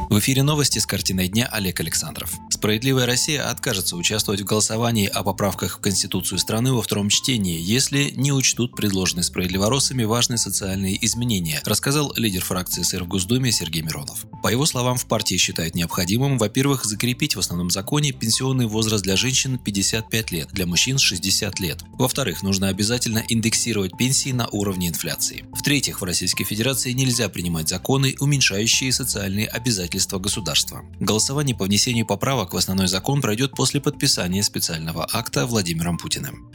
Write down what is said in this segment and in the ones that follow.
В эфире новости с картиной дня Олег Александров. «Справедливая Россия» откажется участвовать в голосовании о поправках в Конституцию страны во втором чтении, если не учтут предложенные справедливоросами важные социальные изменения, рассказал лидер фракции СР в Госдуме Сергей Миронов. По его словам, в партии считают необходимым, во-первых, закрепить в основном законе пенсионный возраст для женщин 55 лет, для мужчин 60 лет. Во-вторых, нужно обязательно индексировать пенсии на уровне инфляции. В-третьих, в Российской Федерации нельзя принимать законы, уменьшающие социальные обязательства государства. Голосование по внесению поправок в основной закон пройдет после подписания специального акта Владимиром Путиным.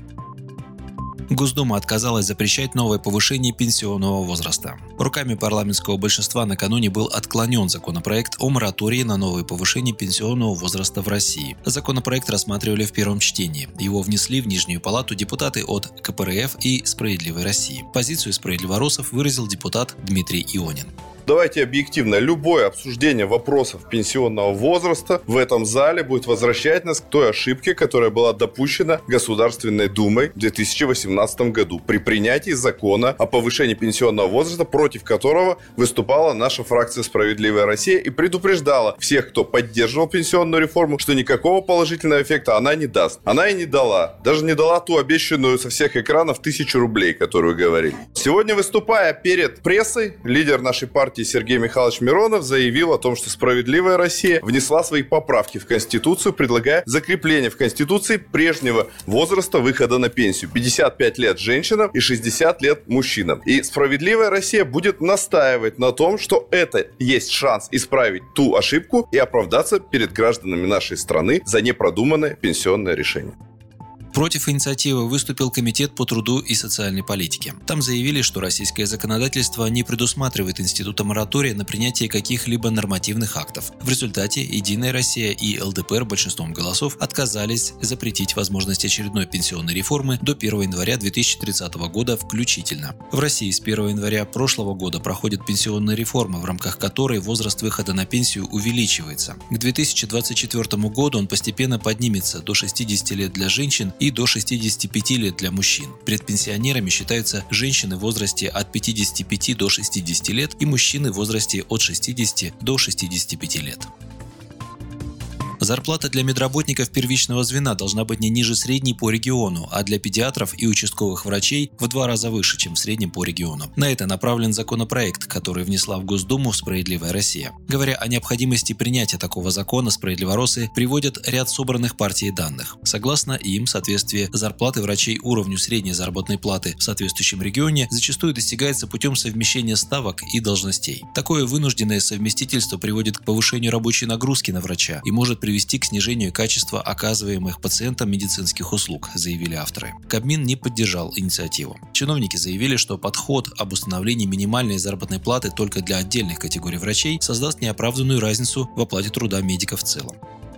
Госдума отказалась запрещать новое повышение пенсионного возраста. Руками парламентского большинства накануне был отклонен законопроект о моратории на новое повышение пенсионного возраста в России. Законопроект рассматривали в первом чтении. Его внесли в Нижнюю палату депутаты от КПРФ и «Справедливой России». Позицию справедливоросов выразил депутат Дмитрий Ионин. Давайте объективно, любое обсуждение вопросов пенсионного возраста в этом зале будет возвращать нас к той ошибке, которая была допущена Государственной Думой в 2018 году при принятии закона о повышении пенсионного возраста, против которого выступала наша фракция «Справедливая Россия» и предупреждала всех, кто поддерживал пенсионную реформу, что никакого положительного эффекта она не даст. Она и не дала. Даже не дала ту обещанную со всех экранов 1000 рублей, которую говорили. Сегодня, выступая перед прессой, лидер нашей партии Сергей Михайлович Миронов заявил о том, что «Справедливая Россия» внесла свои поправки в Конституцию, предлагая закрепление в Конституции прежнего возраста выхода на пенсию. 55 лет женщинам и 60 лет мужчинам. И «Справедливая Россия» будет настаивать на том, что это есть шанс исправить ту ошибку и оправдаться перед гражданами нашей страны за непродуманное пенсионное решение. Против инициативы выступил Комитет по труду и социальной политике. Там заявили, что российское законодательство не предусматривает института моратория на принятие каких-либо нормативных актов. В результате «Единая Россия» и ЛДПР большинством голосов отказались запретить возможность очередной пенсионной реформы до 1 января 2030 года включительно. В России с 1 января прошлого года проходит пенсионная реформа, в рамках которой возраст выхода на пенсию увеличивается. К 2024 году он постепенно поднимется до 60 лет для женщин и до 65 лет для мужчин. Предпенсионерами считаются женщины в возрасте от 55 до 60 лет и мужчины в возрасте от 60 до 65 лет. Зарплата для медработников первичного звена должна быть не ниже средней по региону, а для педиатров и участковых врачей в 2 раза выше, чем в среднем по региону. На это направлен законопроект, который внесла в Госдуму «Справедливая Россия». Говоря о необходимости принятия такого закона, справедливоросы приводят ряд собранных партией данных. Согласно им, соответствие зарплаты врачей уровню средней заработной платы в соответствующем регионе зачастую достигается путем совмещения ставок и должностей. Такое вынужденное совместительство приводит к повышению рабочей нагрузки на врача и может привести к снижению качества оказываемых пациентам медицинских услуг, заявили авторы. Кабмин не поддержал инициативу. Чиновники заявили, что подход об установлении минимальной заработной платы только для отдельных категорий врачей создаст неоправданную разницу в оплате труда медиков в целом.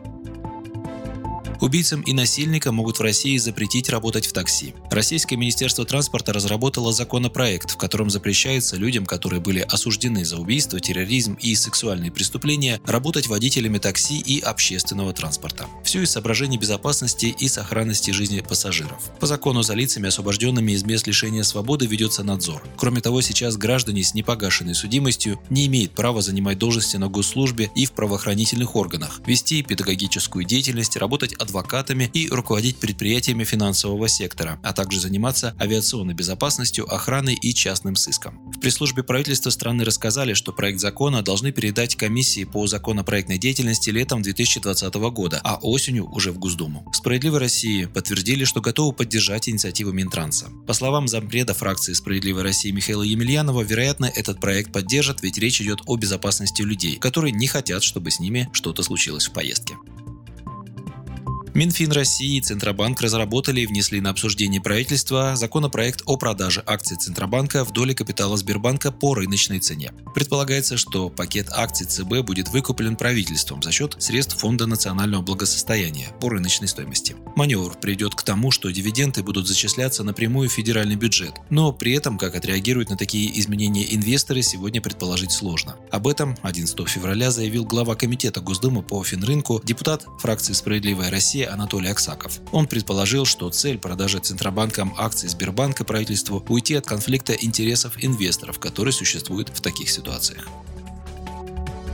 Убийцам и насильникам могут в России запретить работать в такси. Российское министерство транспорта разработало законопроект, в котором запрещается людям, которые были осуждены за убийство, терроризм и сексуальные преступления, работать водителями такси и общественного транспорта. Все из соображений безопасности и сохранности жизни пассажиров. По закону за лицами, освобожденными из мест лишения свободы, ведется надзор. Кроме того, сейчас граждане с непогашенной судимостью не имеют права занимать должности на госслужбе и в правоохранительных органах, вести педагогическую деятельность, работать адвокатами и руководить предприятиями финансового сектора, а также заниматься авиационной безопасностью, охраной и частным сыском. В пресс-службе правительства страны рассказали, что проект закона должны передать комиссии по законопроектной деятельности летом 2020 года, а осенью уже в Госдуму. В «Справедливой России» подтвердили, что готовы поддержать инициативу Минтранса. По словам зампреда фракции «Справедливой России» Михаила Емельянова, вероятно, этот проект поддержат, ведь речь идет о безопасности людей, которые не хотят, чтобы с ними что-то случилось в поездке. Минфин России и Центробанк разработали и внесли на обсуждение правительства законопроект о продаже акций Центробанка в доле капитала Сбербанка по рыночной цене. Предполагается, что пакет акций ЦБ будет выкуплен правительством за счет средств Фонда национального благосостояния по рыночной стоимости. Маневр приведет к тому, что дивиденды будут зачисляться напрямую в федеральный бюджет, но при этом, как отреагируют на такие изменения инвесторы, сегодня предположить сложно. Об этом 11 февраля заявил глава Комитета Госдумы по Финрынку, депутат фракции «Справедливая Россия» Анатолий Аксаков. Он предположил, что цель продажи Центробанком акций Сбербанка правительству – уйти от конфликта интересов инвесторов, который существует в таких ситуациях.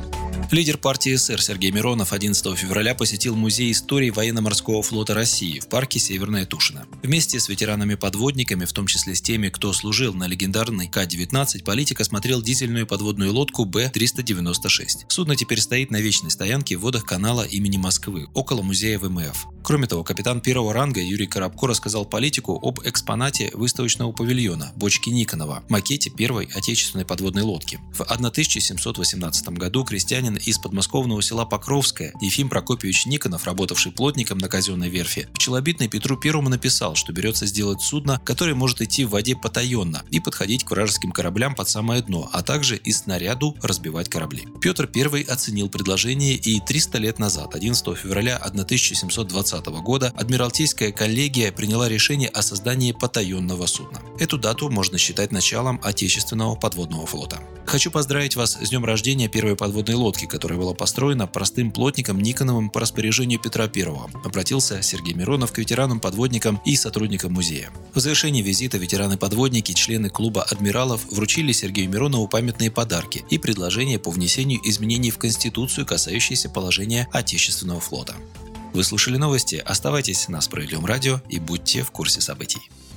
Лидер партии СССР Сергей Миронов 11 февраля посетил Музей истории военно-морского флота России в парке Северная Тушина. Вместе с ветеранами-подводниками, в том числе с теми, кто служил на легендарной К-19, политик осмотрел дизельную подводную лодку Б-396. Судно теперь стоит на вечной стоянке в водах канала имени Москвы, около музея ВМФ. Кроме того, капитан первого ранга Юрий Коробко рассказал политику об экспонате выставочного павильона – бочке Никонова, макете первой отечественной подводной лодки. В 1718 году крестьянин из подмосковного села Покровское Ефим Прокопьевич Никонов, работавший плотником на казенной верфи, в челобитной Петру Первому написал, что берется сделать судно, которое может идти в воде потаенно и подходить к вражеским кораблям под самое дно, а также из снаряду разбивать корабли. Петр I оценил предложение, и 300 лет назад, 11 февраля 1720 года, Адмиралтейская коллегия приняла решение о создании потаенного судна. Эту дату можно считать началом отечественного подводного флота. Хочу поздравить вас с днем рождения первой подводной лодки, которая была построена простым плотником Никоновым по распоряжению Петра I. Обратился Сергей Миронов к ветеранам-подводникам и сотрудникам музея. В завершении визита ветераны-подводники, члены клуба адмиралов, вручили Сергею Миронову памятные подарки и предложения по внесению изменений в Конституцию, касающиеся положения отечественного флота. Вы слушали новости, оставайтесь на Справедливом радио и будьте в курсе событий.